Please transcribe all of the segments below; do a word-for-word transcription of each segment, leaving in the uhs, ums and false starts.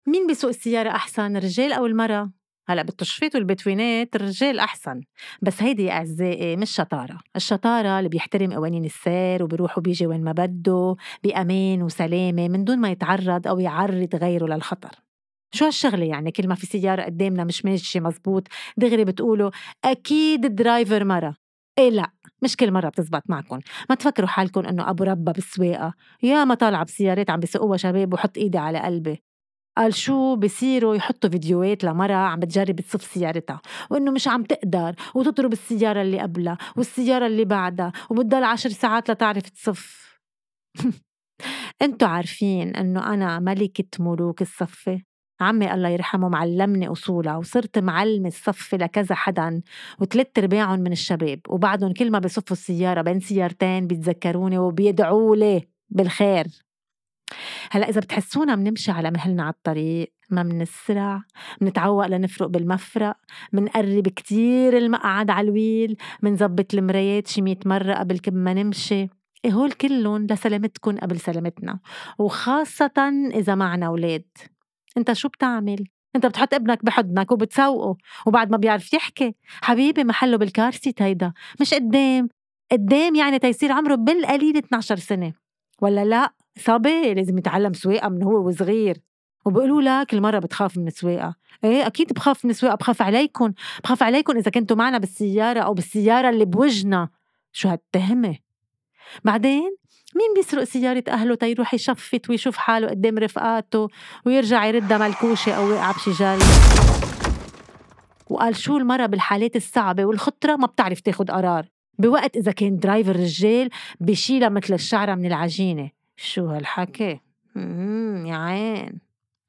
مين بيسوق السيارة أحسن، الرجال أو المرأة؟ هلأ بالتشفيط والبتوينات الرجال أحسن، بس هيدي يا أعزائي مش شطارة. الشطارة اللي بيحترم قوانين السير وبيروح وبيجي وين ما بده بأمان وسلامة من دون ما يتعرض أو يعرض غيره للخطر. شو هالشغلة يعني؟ كل ما في سيارة قدامنا مش ماشي مزبوط دغري بتقولوا أكيد الدرايفر مرة. إيه لا، مش كل مرة بتزبط معكن. ما تفكروا حالكن أنه أبو ربا بالسواقة. يا ما طالعة بسيارات عم بيسوقوها شباب وحط إيدي على قلبي قال شو بيصيروا يحطوا فيديوهات لمرة عم بتجرب تصف سيارتها وإنه مش عم تقدر وتضرب السيارة اللي قبلها والسيارة اللي بعدها وبتضل عشر ساعات لتعرف تصف. انتوا عارفين إنه أنا ملكة ملوك الصفة؟ عمي الله يرحمه معلمني أصولها وصرت معلمة الصفة لكذا حدا وثلاث أرباعهم من الشباب، وبعدهم كل ما بيصفوا السيارة بين سيارتين بيتذكروني وبيدعوا لي بالخير. هلأ إذا بتحسونا منمشي على مهلنا على الطريق ما منسرع، منتعوق لنفرق بالمفرق، منقرب كتير المقعد على الويل، منزبط المرايات شي مية مرة قبل كل ما نمشي. إيه هول كلهم لسلامتكن قبل سلامتنا، وخاصة إذا معنا أولاد. انت شو بتعمل؟ انت بتحط ابنك بحضنك وبتسوقه وبعد ما بيعرف يحكي حبيبي محله بالكارسيت، هيدا مش قدام. قدام يعني تيصير عمره بالقليل اثناشر سنة ولا لا؟ صبي لازم يتعلم سواقة من هو وصغير. وبقولوا لا كل مرة بتخاف من السواقة. ايه اكيد بخاف من السواقة، بخاف عليكم، بخاف عليكم اذا كنتوا معنا بالسيارة او بالسيارة اللي بوجنا. شو هالتهمة؟ بعدين مين بيسرق سيارة أهله تيروح يشفت ويشوف حاله قدام رفقاته ويرجع يردها ملكوشة أو وقع بشي جاري؟ وقال شو المرة بالحالات الصعبة والخطرة ما بتعرف تاخد قرار، بوقت إذا كان درايفر رجال بيشيلها مثل الشعرة من العجينة. شو هالحكي؟ مم يا عين.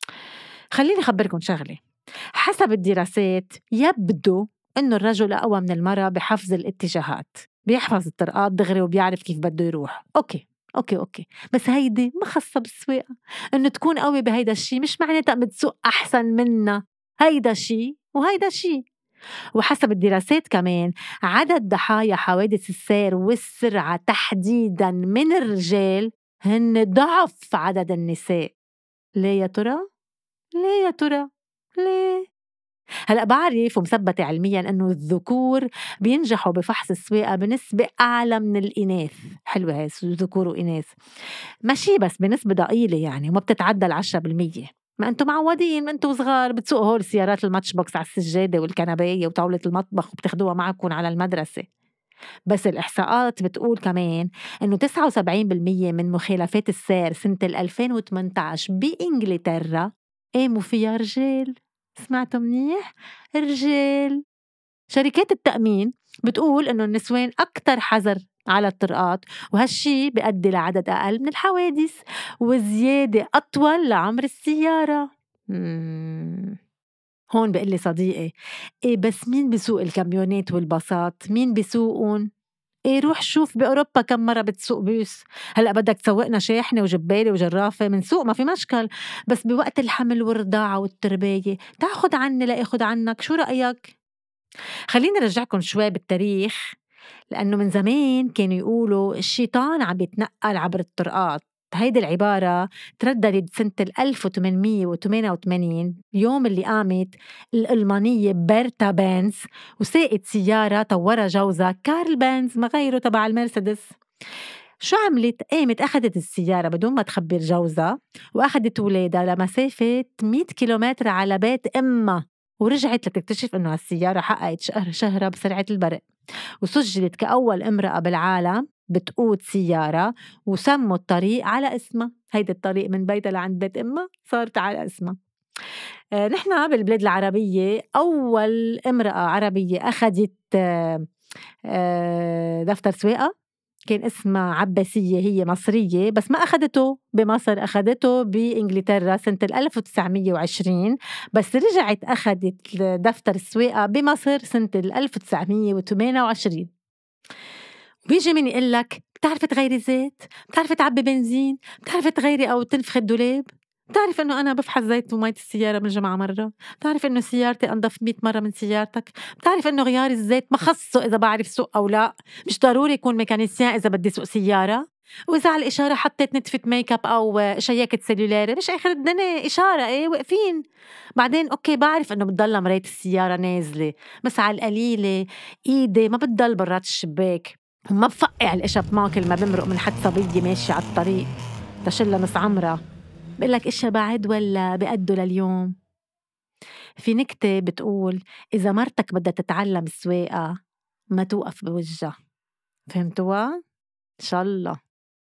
خليني أخبركن شغلة. حسب الدراسات يبدو إنه الرجل أقوى من المرأة بحفظ الاتجاهات، بيحفظ الطرقات دغري وبيعرف كيف بده يروح. أوكي أوكي أوكي بس هيدي ما خاصة بالسواقة. إنه تكون قوي بهيدا الشي مش معناتها بتسوق أحسن منا. هيدا شي وهيدا شي. وحسب الدراسات كمان عدد ضحايا حوادث السير والسرعة تحديداً من الرجال هن ضعف عدد النساء. ليه يا ترى؟ ليه يا ترى؟ ليه؟ هلأ بعرف ومثبتة علمياً أنه الذكور بينجحوا بفحص السواقة بنسبة أعلى من الإناث. حلوة هاي ذكور وإناث، ماشي بس بنسبة ضئيلة يعني وما بتتعدى العشرة بالمية. ما أنتم معودين ما أنتم صغار بتسوقوا هول السيارات الماتش بوكس على السجادة والكنباية وطاولة المطبخ وبتاخدوها معكم على المدرسة. بس الإحصاءات بتقول كمان إنه تسعة وسبعين بالمية من مخالفات السير سنة ألفين وثمانية عشر بإنجلترا قاموا فيها رجال. سمعتوا منيح؟ رجال. شركات التأمين بتقول إنه النسوان أكتر حذر على الطرقات، وهالشي بيؤدي لعدد أقل من الحوادث وزيادة أطول لعمر السيارة. مم. هون بقلي صديقي إيه بس مين بيسوق الكاميونات والباصات؟ مين بيسوقون؟ إيه روح شوف بأوروبا كم مرة بتسوق بيس. هلأ بدك تسوقنا شاحنة وجبالة وجرافة من سوق ما في مشكل، بس بوقت الحمل والرضاعة والتربية تاخد عني لا أخد عنك. شو رأيك؟ خليني رجعكم شوي بالتاريخ، لأنه من زمان كانوا يقولوا الشيطان عم يتنقل عبر الطرقات. هيدي العبارة ترددت سنة ألف وثمانمية وثمانية وثمانين يوم اللي قامت الألمانية بيرتا بنز وساقت سيارة طورها جوزها كارل بنز ما غيره تبع المرسيدس. شو عملت؟ قامت أخدت السيارة بدون ما تخبر جوزها وأخدت ولادها لمسافة مية كيلومتر على بيت أمها، ورجعت لتكتشف إنه هالسيارة حققت شهر شهرة بسرعة البرق، وسجلت كأول امرأة بالعالم بتقود سيارة وسموا الطريق على اسمها. هيدا الطريق من بيتها لعند بيت أمها صارت على اسمها. آه نحن بالبلاد العربية أول امرأة عربية أخدت آه آه دفتر سواقة كان اسمها عباسية، هي مصرية بس ما أخدته بمصر، أخدته بإنجلترا سنة ألف وتسعمية وعشرين، بس رجعت أخدت دفتر السواقة بمصر سنة ألف وتسعمية وثمانية وعشرين. بيجي من يقلك بتعرفي تغيري زيت، بتعرفي تعبي بنزين، بتعرفي تغيري أو تنفخي الدولاب، بتعرف إنه أنا بفحص زيت ومية السيارة من الجمعة مرة، بتعرف إنه سيارتي أنظف مية مرة من سيارتك، بتعرف إنه غيار الزيت ما خصه إذا بعرف سوق أو لا، مش ضروري يكون ميكانيسيان إذا بدي سوق سيارة. وإذا على الإشارة حطيت نتفة ميك اب أو شيكت سيلولاري مش آخر الدنيا، إشارة إيه واقفين. بعدين أوكي بعرف إنه بتضلها مراية السيارة نازلة، بس على القليلة إيدي ما بتضل برات الشباك وما بفقع الإشب معه كل ما بمرق من حد صبية ماشية على الطريق تشيلها نص عمرها. بقلك إشا بعد ولا بقدو لليوم. في نكتة بتقول إذا مرتك بدها تتعلم السواقة ما توقف بوجها. فهمتوا؟ إن شاء الله.